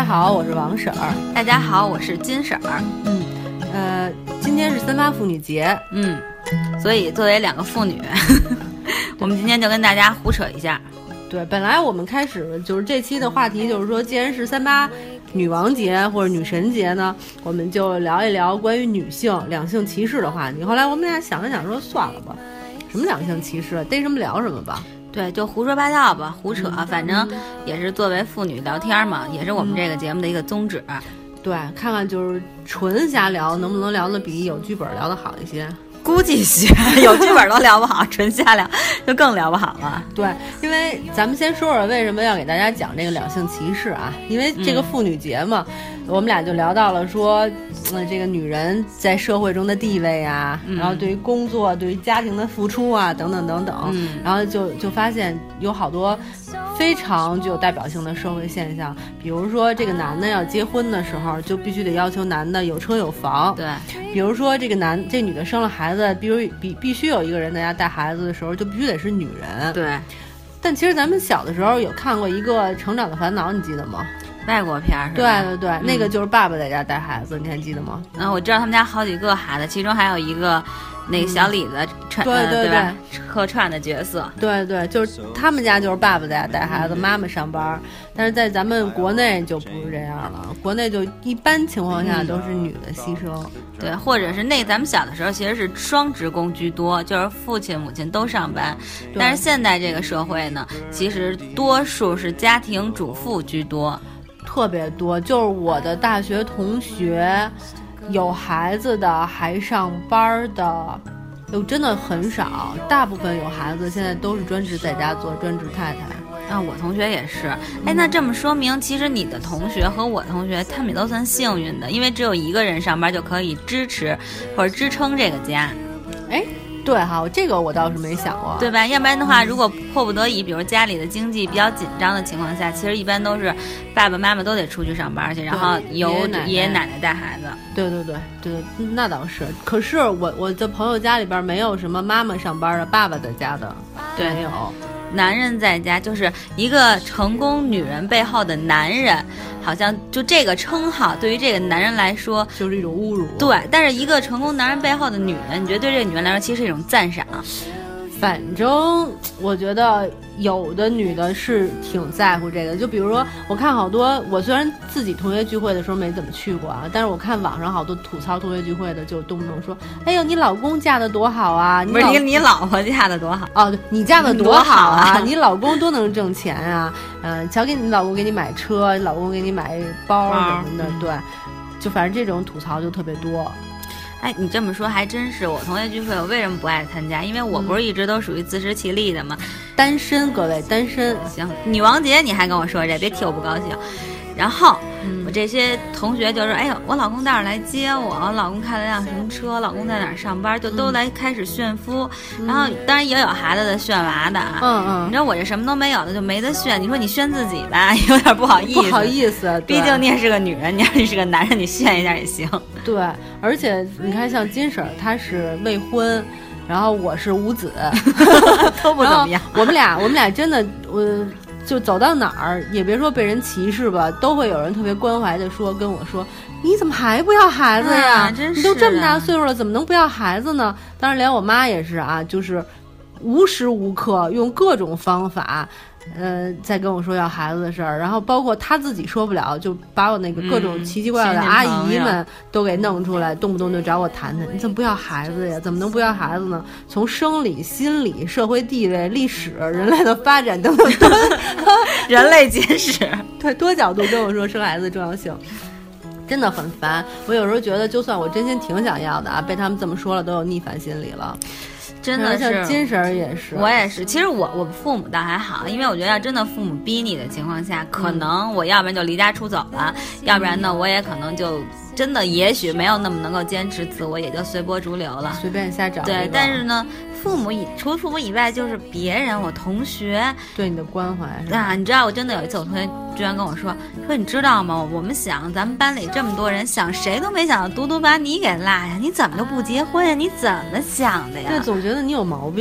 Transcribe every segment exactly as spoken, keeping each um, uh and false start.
家好，我是王婶儿。 大家好，我是金婶儿。 嗯，呃，今天是三八妇女节， 嗯，所以作为两个妇女，我们今天就跟大家胡扯一下。 对，本来我们开始就是这期的话题，就是说，既然是三八女王节或者女神节呢，我们就聊一聊关于女性两性歧视的话题。后来我们俩想了想，说算了吧，什么两性歧视，逮什么聊什么吧。 对，就胡说八道吧，胡扯，反正也是作为妇女聊天嘛，也是我们这个节目的一个宗旨。 对，看看就是纯瞎聊能不能聊得比有剧本聊得好一些。 估计是有剧本都聊不好，纯瞎聊就更聊不好了。 对，因为咱们先说说为什么要给大家讲这个两性歧视啊？因为这个妇女节嘛，嗯、我们俩就聊到了说，呃，这个女人在社会中的地位啊，嗯、然后对于工作、对于家庭的付出啊，等等等等，嗯、然后就就发现有好多非常具有代表性的社会现象，比如说这个男的要结婚的时候，就必须得要求男的有车有房。 对， 比如说这个男这女的生了孩子，比如必必须有一个人在家带孩子的时候，就必须得是女人。 对， 但其实咱们小的时候有看过一个《成长的烦恼》，你记得吗？ 外国片是吧？对对对，嗯、那个就是爸爸在家带孩子，你还记得吗？ 嗯，我知道他们家好几个孩子，其中还有一个那个小李子串、嗯， 对对对, 对客串的角色。 对对，就是他们家就是爸爸在家带孩子，嗯、妈妈上班。但是在咱们国内就不是这样了，国内就一般情况下都是女的牺牲。嗯、 对，或者是那咱们小的时候其实是双职工居多，就是父亲母亲都上班。但是现在这个社会呢，其实多数是家庭主妇居多。 特别多，就是我的大学同学，有孩子的还上班的，又真的很少。大部分有孩子现在都是专职在家做专职太太。 啊，我同学也是。哎，那这么说明，其实你的同学和我同学，他们也都算幸运的，因为只有一个人上班就可以支持或者支撑这个家。 哎。对哈，这个我倒是没想过， 对吧？要不然的话，如果迫不得已，比如家里的经济比较紧张的情况下，其实一般都是爸爸妈妈都得出去上班去，然后由爷爷奶奶带孩子。 对对对对，那倒是。可是我我的朋友家里边没有什么妈妈上班的，爸爸在家的， 对， 没有。 男人在家，就是一个成功女人背后的男人，好像就这个称号对于这个男人来说就是一种侮辱。 对，但是一个成功男人背后的女人，你觉得对这个女人来说其实是一种赞赏。 反正我觉得有的女的是挺在乎这个，就比如说我看好多，我虽然自己同学聚会的时候没怎么去过啊，但是我看网上好多吐槽同学聚会的，就动不动说，哎呦你老公嫁得多好啊， 不是你你老婆嫁得多好哦，对，你嫁得多好啊，你老公多能挣钱啊，嗯、呃，瞧给你老公给你买车，你老公给你买包什么的，对，就反正这种吐槽就特别多。 哎，你这么说还真是，我同学聚会我为什么不爱参加？因为我不是一直都属于自食其力的吗？ 单身，各位单身。 行，女王节你还跟我说这，别替我不高兴。然后、嗯、我这些同学就说，哎呦，我老公待会儿来接我，我老公开了辆什么车，老公在哪儿上班，就都来开始炫夫。嗯、然后当然也有孩子的炫娃的啊， 嗯嗯， 你知道我这什么都没有的就没得炫，你说你炫自己吧，有点不好意思， 不好意思， 毕竟你也是个女人，你要是个男人，你炫一下也行。 对，而且你看像金婶她是未婚，然后我是无子， 都不怎么样。 我们俩我们俩真的我。就走到哪儿也别说被人歧视吧，都会有人特别关怀的说跟我说，你怎么还不要孩子呀、 啊、真是你都这么大岁数了怎么能不要孩子呢？当然连我妈也是啊，就是无时无刻用各种方法呃，在跟我说要孩子的事儿，然后包括他自己说不了，就把我那个各种奇奇怪怪的阿姨们都给弄出来，嗯、动不动就找我谈谈，你怎么不要孩子呀？怎么能不要孩子呢？从生理、心理、社会地位、历史、人类的发展等等， 人类简史， 对，多角度跟我说生孩子的重要性。真的很烦，我有时候觉得，就算我真心挺想要的啊，被他们这么说了，都有逆反心理了。 真的是， 像金婶也是， 我也是。其实我我父母倒还好，因为我觉得要真的父母逼你的情况下，可能我要不然就离家出走了，嗯、要不然呢，我也可能就真的也许没有那么能够坚持自我，也就随波逐流了， 随便瞎找。 对，但是呢，父母以除了父母以外，就是别人，我同学对你的关怀是吧？ 啊，你知道，我真的有一次，我同学居然跟我说说，你知道吗？我们想咱们班里这么多人，想谁都没想到独独把你给落下，你怎么就不结婚呀？你怎么想的呀？ 对，总觉得你有毛病。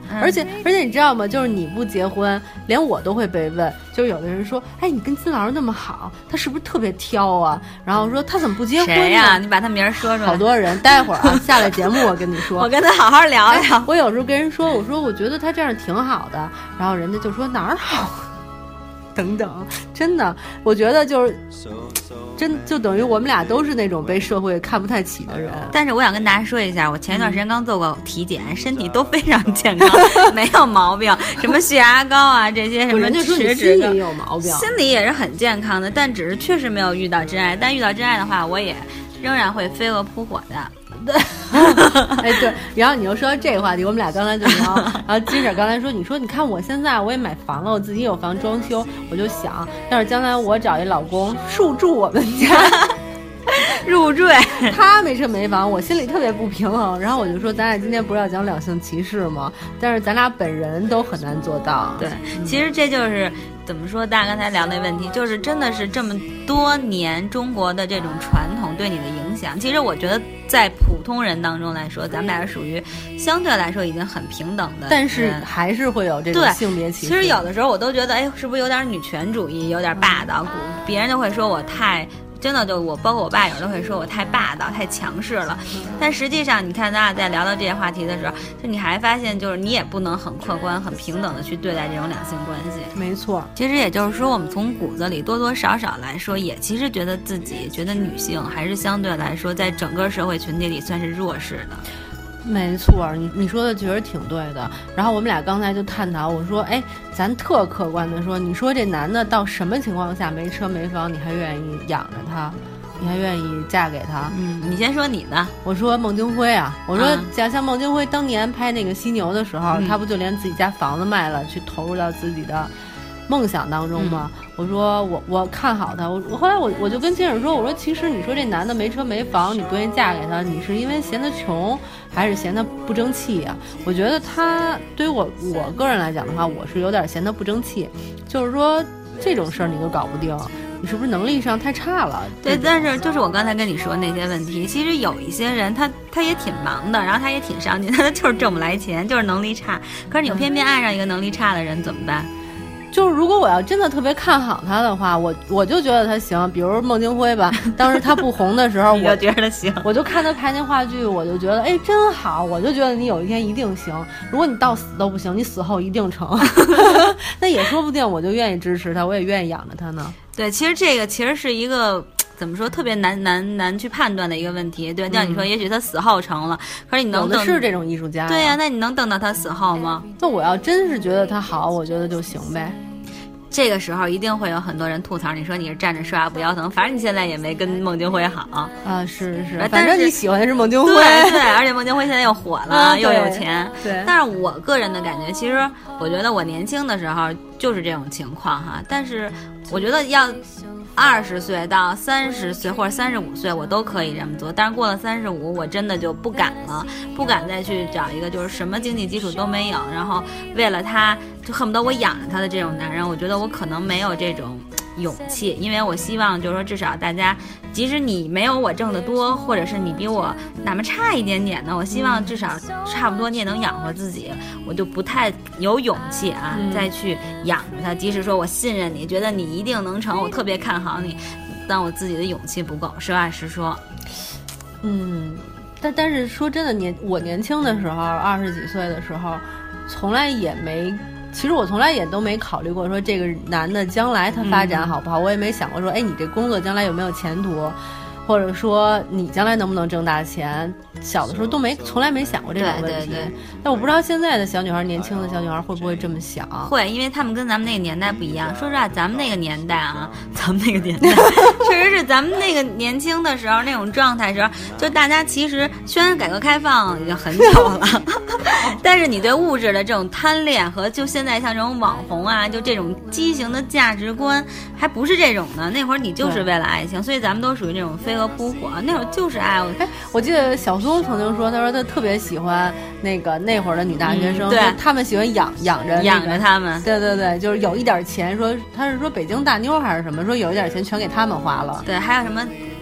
嗯、 而且而且你知道吗？就是你不结婚，连我都会被问。就是有的人说，哎，你跟金老师那么好，他是不是特别挑啊？然后说他怎么不结婚呢？ 谁呀、啊？你把他名说出来。 好多人，待会儿啊，下来节目我跟你说。 我跟他好好聊聊。 我有时候跟人说，我说我觉得他这样挺好的，然后人家就说哪儿好。等等，真的，我觉得就是真就等于我们俩都是那种被社会看不太起的人。 但是我想跟大家说一下，我前一段时间刚做过体检，嗯、身体都非常健康，没有毛病，什么血压高啊这些什么血脂心理有毛病， 心理也是很健康的，但只是确实没有遇到真爱。但遇到真爱的话，我也仍然会飞蛾扑火的。 对，哎对，然后你又说到这个话题，我们俩刚才就聊，然后金婶刚才说，你说你看我现在我也买房了，我自己有房装修，我就想，要是将来我找一老公入住我们家， 入赘， 他没车没房，我心里特别不平衡。然后我就说，咱俩今天不是要讲两性歧视吗？但是咱俩本人都很难做到。 对，其实这就是怎么说，大家刚才聊那问题，就是真的是这么多年中国的这种传统对你的影响。其实我觉得在普通人当中来说，咱们俩是属于相对来说已经很平等的， 但是还是会有这种性别歧视。 其实有的时候我都觉得，哎，是不是有点女权主义，有点霸道？别人就会说我太。真的就我包括我爸有时候会说我太霸道太强势了，但实际上你看咱俩在聊到这些话题的时候，就你还发现就是你也不能很客观很平等的去对待这种两性关系。 没错， 其实也就是说我们从骨子里多多少少来说也其实觉得自己觉得女性还是相对来说在整个社会群体里算是弱势的。 没错，你你说的确实挺对的。然后我们俩刚才就探讨，我说，哎，咱特客观的说，你说这男的到什么情况下没车没房，你还愿意养着他，你还愿意嫁给他？ 嗯，你先说你的。 我说孟京辉啊，我说像像孟京辉当年拍那个犀牛的时候，嗯、他不就连自己家房子卖了，去投入到自己的梦想当中吗？嗯、我说我我看好他，我我后来我我就跟金婶说，我说其实你说这男的没车没房，你不愿意嫁给他，你是因为嫌他穷，还是嫌他不争气啊？我觉得他对于我我个人来讲的话，我是有点嫌他不争气，就是说这种事儿你都搞不定，你是不是能力上太差了？ 对，但是就是我刚才跟你说那些问题，其实有一些人他他也挺忙的，然后他也挺上进，他就是挣不来钱，就是能力差。可是你又偏偏爱上一个能力差的人，怎么办？ 就是如果我要真的特别看好他的话，我我就觉得他行。比如孟京辉吧，当时他不红的时候，我就觉得行。 我就看他拍那话剧，我就觉得哎真好，我就觉得你有一天一定行。如果你到死都不行，你死后一定成，那也说不定，我就愿意支持他，我也愿意养着他呢。 对，其实这个其实是一个。怎么说特别难难难去判断的一个问题，对，像你说，也许他死后成了，可是你能有的是这种艺术家， 对呀、啊，那你能等到他死后吗？ 那我要真是觉得他好，我觉得就行呗。 这个时候一定会有很多人吐槽，你说你是站着说话不腰疼，反正你现在也没跟孟京辉好啊，是是，反正你喜欢的是孟京辉， 对对，而且孟京辉现在又火了，啊、又有钱， 对。 但是我个人的感觉，其实我觉得我年轻的时候就是这种情况哈，但是我觉得要。二十岁到三十岁或者三十五岁，我都可以这么做。但是过了三十五，我真的就不敢了，不敢再去找一个就是什么经济基础都没有，然后为了他就恨不得我养着他的这种男人。我觉得我可能没有这种勇气，因为我希望就是说，至少大家，即使你没有我挣得多，或者是你比我哪怕差一点点的，我希望至少差不多你也能养活自己。我就不太有勇气啊， 嗯、 再去养着他。即使说我信任你，觉得你一定能成，我特别看好你，但我自己的勇气不够。实话实说， 嗯，但但是说真的，年我年轻的时候，二十几岁的时候，从来也没。其实我从来也都没考虑过说这个男的将来他发展好不好，嗯、我也没想过说，哎，你这工作将来有没有前途，或者说你将来能不能挣大钱。小的时候都没从来没想过这种问题。 对对对。 但我不知道现在的小女孩，年轻的小女孩会不会这么想？ 会，因为他们跟咱们那个年代不一样。说实话，咱们那个年代啊，咱们那个年代确实是咱们那个年轻的时候那种状态时候，就大家其实虽然改革开放已经很久了，但是你对物质的这种贪恋和就现在像这种网红啊，就这种畸形的价值观，还不是这种的。那会儿你就是为了爱情，所以咱们都属于这种飞蛾扑火。那会儿就是爱。 哎，我记得小苏曾经说，他说他特别喜欢那个那会儿的女大学生， 嗯、对， 他们喜欢养养着、那个、 养着他们。 对对对，就是有一点钱，说他是说北京大妞还是什么，说有一点钱全给他们花了。 对，还有什么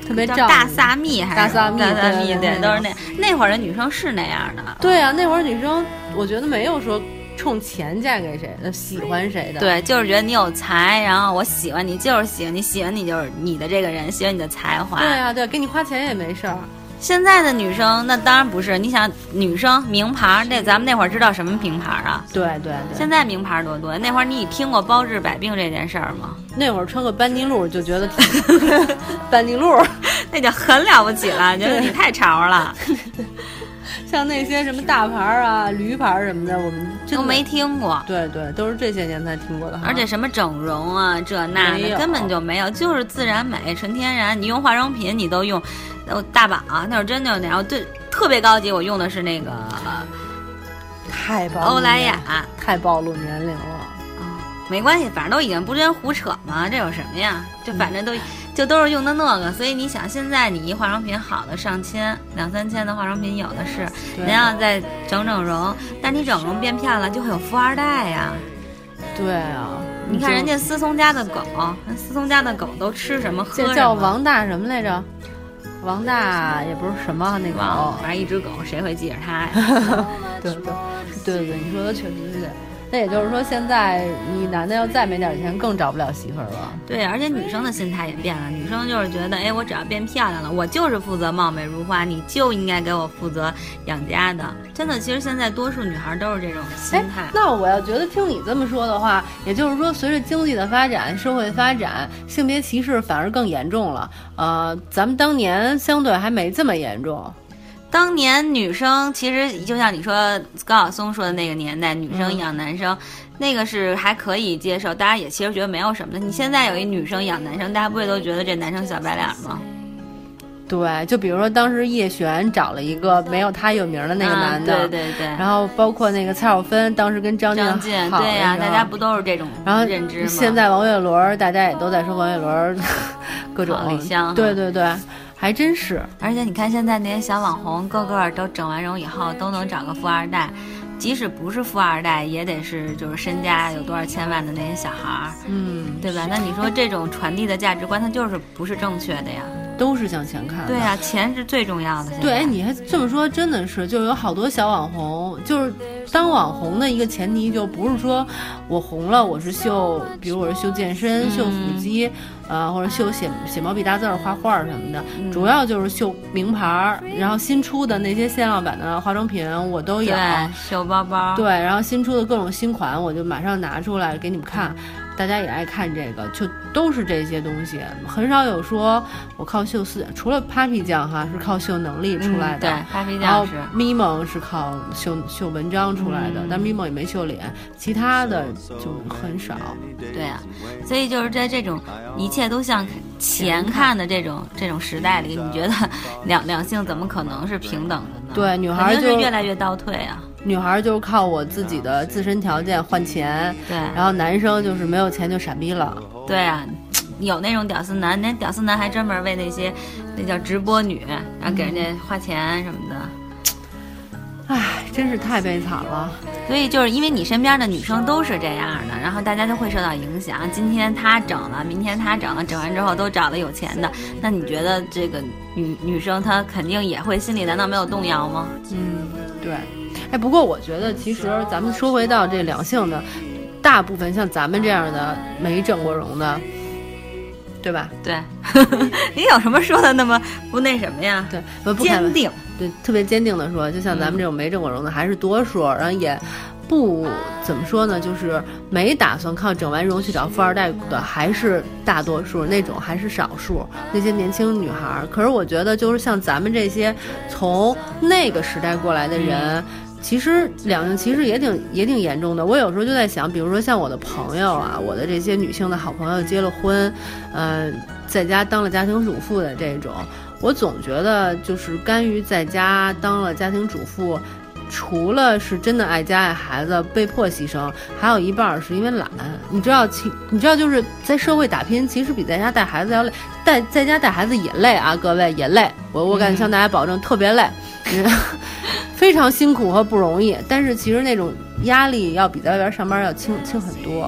特别叫大萨蜜还是大萨蜜， 大萨蜜， 对，对对，都是那那会儿的女生是那样的。 对啊，那会儿女生我觉得没有说冲钱嫁给谁的，喜欢谁的。 对，就是觉得你有才，然后我喜欢你，就是喜欢你，喜欢你就是你的这个人，喜欢你的才华。 对啊，对，给你花钱也没事儿。 现在的女生那当然不是，你想女生名牌，那咱们那会儿知道什么名牌啊？ 对对对。 现在名牌多多，那会儿你听过包治百病这件事儿吗？ 那会儿穿个班尼路就觉得挺班尼路， 那就很了不起了，觉得你太潮了。 像那些什么大牌啊、驴牌什么的，我们真都没听过。 对对，都是这些年才听过的。 而且什么整容啊，这那的根本就没有，就是自然美、纯天然。你用化妆品，你都用，哦，大宝那会儿真的有那样，对，特别高级。我用的是那个， 太暴欧莱雅， 太暴露年龄了。 啊，没关系，反正都已经不是人胡扯嘛，这有什么呀？这反正都。就都是用的那个，所以你想，现在你一化妆品好的上千、两三千的化妆品有的是，您要再整整容，但你整容变漂亮就会有富二代呀。 对啊， 你看人家思聪家的狗，人思聪家的狗都吃什么喝什么。 这叫王大什么来着？王大也不是什么那个狗， 反正一只狗，谁会记着它呀？ 对对对对对，你说的确实是这样。那也就是说，现在你男的要再没点钱，更找不了媳妇儿了。 对，而且女生的心态也变了，女生就是觉得，哎，我只要变漂亮了，我就是负责貌美如花，你就应该给我负责养家的。真的，其实现在多数女孩都是这种心态。 那我要觉得听你这么说的话，也就是说，随着经济的发展、社会发展，性别歧视反而更严重了。呃，咱们当年相对还没这么严重。 当年女生其实就像你说高晓松说的那个年代，女生养男生、嗯、那个是还可以接受，大家也其实觉得没有什么的。你现在有一女生养男生，大家不会都觉得这男生小白脸吗？ 对，就比如说当时叶璇找了一个没有他有名的那个男的、 啊、对对对， 然后包括那个蔡少芬当时跟张晋好， 对呀、啊，大家不都是这种认知吗？ 现在王岳伦大家也都在说王岳伦各种李湘， 对对对，还真是。 而且你看现在那些小网红，个个都整完容以后都能找个富二代，即使不是富二代，也得是就是身家有多少千万的那些小孩儿， 嗯， 对吧？那你说这种传递的价值观，它就是不是正确的呀？ 都是向前看的。 对啊，钱是最重要的。 对，你还这么说，真的是，就有好多小网红，就是当网红的一个前提，就不是说我红了，我是秀，比如我是秀健身、嗯、秀腹肌，呃，或者秀写写毛笔大字、画画什么的、嗯，主要就是秀名牌，然后新出的那些限量版的化妆品我都有， 秀包包， 对，然后新出的各种新款我就马上拿出来给你们看。大家也爱看这个，就都是这些东西，很少有说我靠秀四，除了 Papi 酱哈是靠秀能力出来的， 嗯、对 ，Papi 酱是， 然后 Mimo 是靠秀秀文章出来的，嗯、但 Mimo 也没秀脸，其他的就很少。 对啊，所以就是在这种一切都向前看的这种这种时代里，你觉得两两性怎么可能是平等的呢？ 对，女孩就越来越倒退啊。 女孩就是靠我自己的自身条件换钱， 对， 然后男生就是没有钱就傻逼了。 对啊，有那种屌丝男，那屌丝男还专门为那些那叫直播女，然后给人家花钱什么的。 唉、嗯，真是太悲惨了。 所以就是因为你身边的女生都是这样的，然后大家就会受到影响。今天她整了，明天她整了，整完之后都找了有钱的，那你觉得这个女女生她肯定也会心里难道没有动摇吗？ 嗯，对。哎，不过我觉得其实咱们说回到这两性的，大部分像咱们这样的没整过容的，对吧？ 对，你有什么说的那么不那什么呀？ 对，不不坚定， 对，特别坚定的说，就像咱们这种没整过容的还是多数，然后也不怎么说呢，就是没打算靠整完容去找富二代的还是大多数，那种还是少数，那些年轻女孩。可是我觉得就是像咱们这些从那个时代过来的人、嗯其实两性歧视也挺也挺严重的。我有时候就在想，比如说像我的朋友啊，我的这些女性的好朋友结了婚，呃，在家当了家庭主妇的这种，我总觉得就是甘于在家当了家庭主妇，除了是真的爱家爱孩子被迫牺牲，还有一半是因为懒。你知道，其你知道就是在社会打拼，其实比在家带孩子要累。带在家带孩子也累啊，各位也累。我我敢向大家保证，特别累。嗯非常辛苦和不容易，但是其实那种压力要比在外边上班要轻轻很多。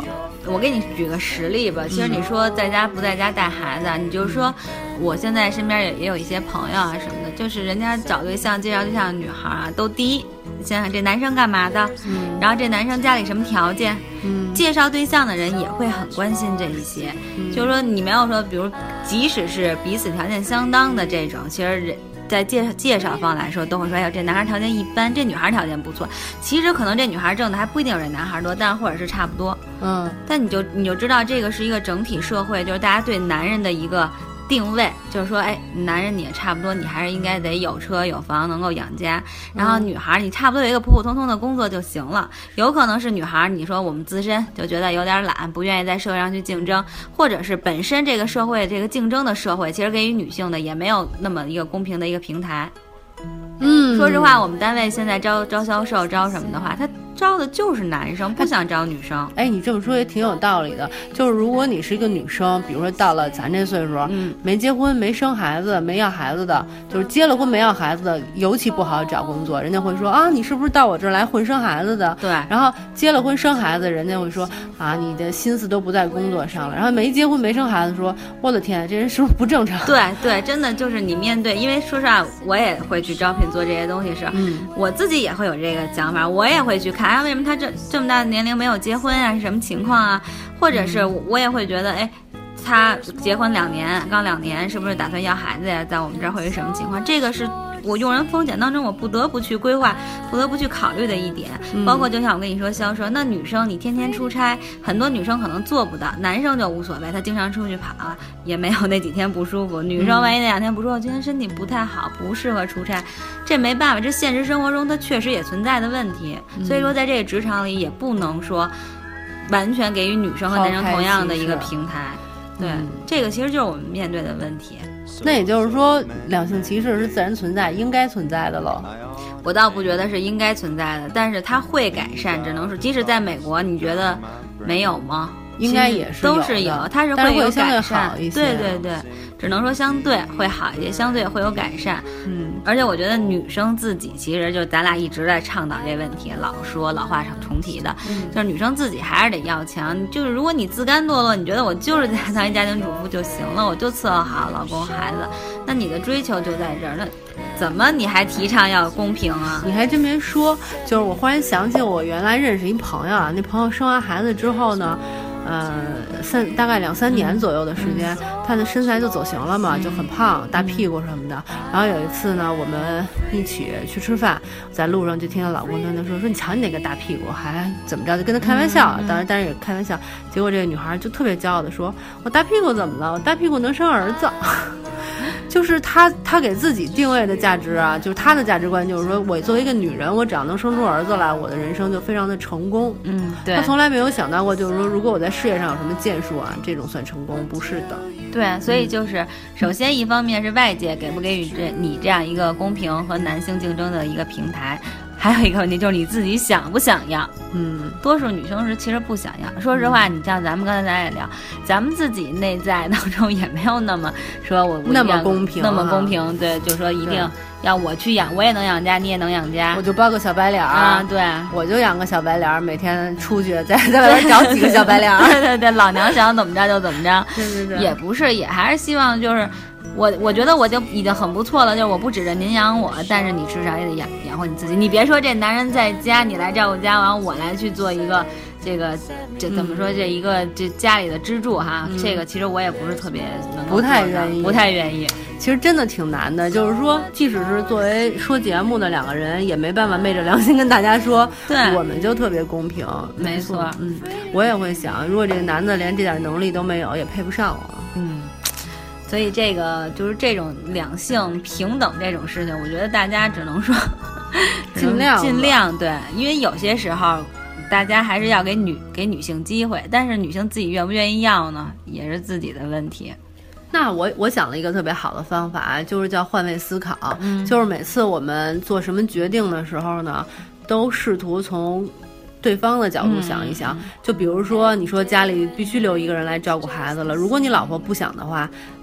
我给你举个实例吧。其实你说在家不在家带孩子，你就是说，我现在身边也也有一些朋友啊什么的，就是人家找对象介绍对象的女孩啊，都第一想想这男生干嘛的， 嗯， 然后这男生家里什么条件， 嗯， 介绍对象的人也会很关心这一些，嗯，就是说你没有说，比如即使是彼此条件相当的这种，其实人。在介介绍方来说，都会说，哎呦，这男孩条件一般，这女孩条件不错。其实可能这女孩挣的还不一定有这男孩多，但或者是差不多。 嗯， 但你就你就知道，这个是一个整体社会，就是大家对男人的一个定位，就是说，哎，男人你也差不多，你还是应该得有车有房，能够养家。然后女孩，你差不多有一个普普通通的工作就行了。有可能是女孩，你说我们自身就觉得有点懒，不愿意在社会上去竞争，或者是本身这个社会这个竞争的社会，其实给予女性的也没有那么一个公平的一个平台。 嗯， 说实话，我们单位现在招招销售招什么的话，他招的就是男生，不想招女生。 哎，你这么说也挺有道理的。就是如果你是一个女生，比如说到了咱这岁数， 嗯， 没结婚、没生孩子、没要孩子的，就是结了婚没要孩子的，尤其不好找工作。人家会说啊，你是不是到我这儿来混生孩子的？ 对。 然后结了婚生孩子，人家会说啊，你的心思都不在工作上了。然后没结婚没生孩子说，我的天，这人是不是不正常？ 对对，真的就是你面对，因为说实话，我也会去招聘做这些东西时， 嗯， 我自己也会有这个想法，我也会去看啊，为什么他这这么大的年龄没有结婚啊，是什么情况啊？或者是我也会觉得，哎，他结婚两年，刚两年，是不是打算要孩子呀？在我们这儿会是什么情况？这个是我用人风险当中我不得不去规划，不得不去考虑的一点。包括就像我跟你说销售，那女生你天天出差，很多女生可能做不到，男生就无所谓，他经常出去跑啊，也没有那几天不舒服。女生万一那两天不舒服，今天身体不太好，不适合出差，这没办法，这现实生活中它确实也存在的问题。所以说在这个职场里也不能说完全给予女生和男生同样的一个平台。对、嗯，这个其实就是我们面对的问题。 那也就是说，两性歧视是自然存在、应该存在的了。 我倒不觉得是应该存在的，但是它会改善，只能是即使在美国，你觉得没有吗？ 应该也是都是有，它是会有改善， 好一些。 对对对，只能说相对会好一些，相对会有改善。嗯，而且我觉得女生自己其实就咱俩一直在倡导这问题，老说老话重提的、嗯，就是女生自己还是得要强。就是如果你自甘堕落，你觉得我就是在当一家庭主妇就行了，我就伺候好老公孩子，那你的追求就在这儿，那怎么你还提倡要公平啊？ 你还真别说，就是我忽然想起我原来认识一朋友啊，那朋友生完孩子之后呢。呃，三大概两三年左右的时间，嗯、她的身材就走形了嘛，嗯、就很胖，大屁股什么的。然后有一次呢，我们一起去吃饭，在路上就听到老公跟她说：“说你瞧你那个大屁股，还怎么着？”就跟她开玩笑，嗯、当然当然也开玩笑。结果这个女孩就特别骄傲的说：“我大屁股怎么了？我大屁股能生儿子。”就是她，她给自己定位的价值啊，就是她的价值观，就是说我作为一个女人，我只要能生出儿子来，我的人生就非常的成功。 嗯，对。 她从来没有想到过，就是说，如果我在事业上有什么建树啊，这种算成功，不是的。 对，所以就是，嗯、首先一方面是外界给不给予这你这样一个公平和男性竞争的一个平台。还有一个问题就是你自己想不想要， 嗯， 多数女生是其实不想要。说实话，你像咱们刚才咱也聊，咱们自己内在当中也没有那么说我那么公平， 那么公平，对，就说一定要我去养，我也能养家，你也能养家， 我就包个小白脸啊，对， 我就养个小白脸，每天出去在在外边找几个小白脸， 对对对，老娘想怎么着就怎么着， 对对对， 也不是，也还是希望就是。我我觉得我就已经很不错了，就是我不指着您养我，但是你至少也得养养活你自己。你别说这男人在家，你来照顾家，然后我来去做一个这个这怎么说这一个这家里的支柱哈、嗯，这个其实我也不是特别能够不太愿意， 不太愿意。 其实真的挺难的，就是说，即使是作为说节目的两个人，也没办法昧着良心跟大家说， 对， 我们就特别公平。 没错， 嗯，我也会想，如果这个男的连这点能力都没有，也配不上我。 嗯。所以这个就是这种两性平等这种事情，我觉得大家只能说尽量尽量对，因为有些时候大家还是要给女给女性机会，但是女性自己愿不愿意要呢，也是自己的问题。 那我我想了一个特别好的方法，就是叫换位思考、 嗯、 就是每次我们做什么决定的时候呢，都试图从对方的角度想一想、嗯、就比如说你说家里必须留一个人来照顾孩子了，如果你老婆不想的话，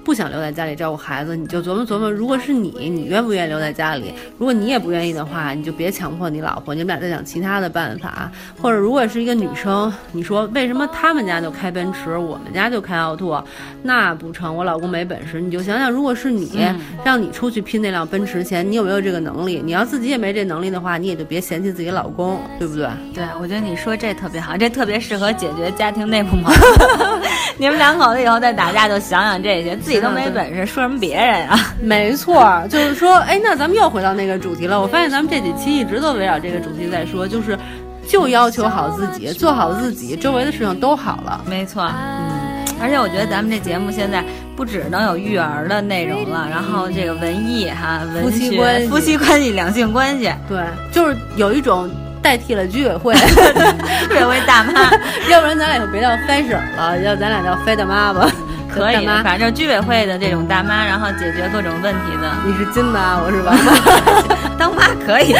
不想留在家里照顾孩子，你就琢磨琢磨，如果是你，你愿不愿意留在家里？如果你也不愿意的话，你就别强迫你老婆，你们俩再想其他的办法。或者如果是一个女生，你说为什么他们家就开奔驰，我们家就开奥拓，那不成，我老公没本事。你就想想，如果是你、嗯、让你出去拼那辆奔驰钱，你有没有这个能力？你要自己也没这能力的话，你也就别嫌弃自己老公，对不对？ 对，我觉得你说这特别好，这特别适合解决家庭内部矛盾。你们两口子以后再打架就想想这些，自己都没本事，说什么别人啊？ 没错，就是说，哎，那咱们又回到那个主题了。我发现咱们这几期一直都围绕这个主题在说，就是就要求好自己，做好自己，周围的事情都好了。 没错，嗯。而且我觉得咱们这节目现在不只能有育儿的内容了，然后这个文艺哈、文学、 夫妻关系、 夫妻关系、两性关系， 对，就是有一种代替了居委会， 居委会大妈， 要不然咱俩就别叫飞婶了，要咱俩叫飞大妈吧。 可以，反正居委会的这种大妈，然后解决各种问题的。 你是金妈，我是王妈， 当妈可以。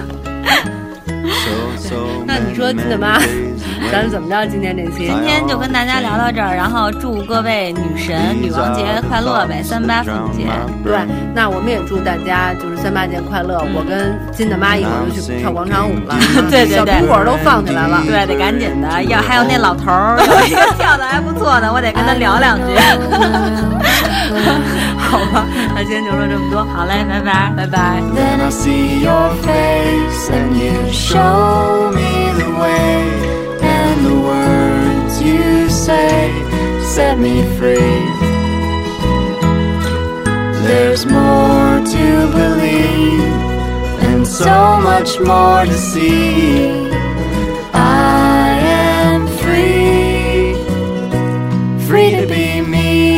那你说金大妈，咱怎么着？今天这期， 今天就跟大家聊到这儿，然后祝各位女神女王节快乐呗，三八妇女节。 对，那我们也祝大家就是三八节快乐。我跟金大妈一会儿就去跳广场舞了， 对对对， 小苹果都放起来了， 对，得赶紧的。要还有那老头儿，有一个跳的还不错的，我得跟他聊两句。好吧，那今天就说这么多，好嘞，拜拜，拜拜。 Then I see your face and you show me the way, and the words you say set me free. There's more to believe and so much more to see. I am free, free to be me.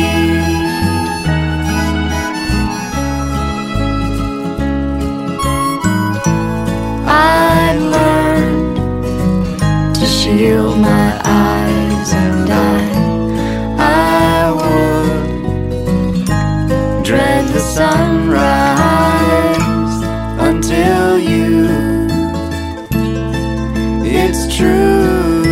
I learned to shield my eyes, and I, I would dread the sunrise until you. It's true.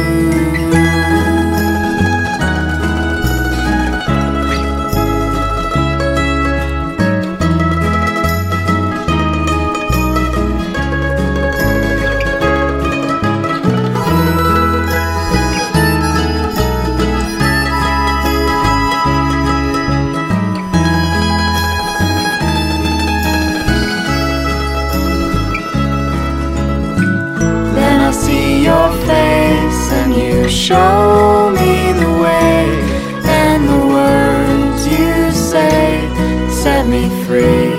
Show me the way, and the words you say set me free.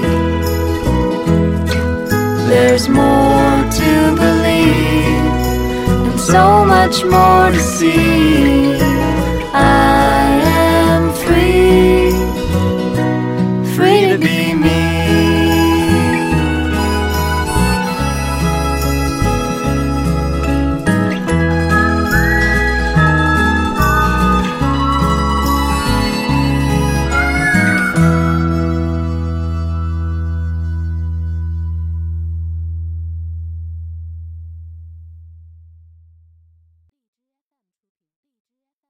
There's more to believe and so much more to see. I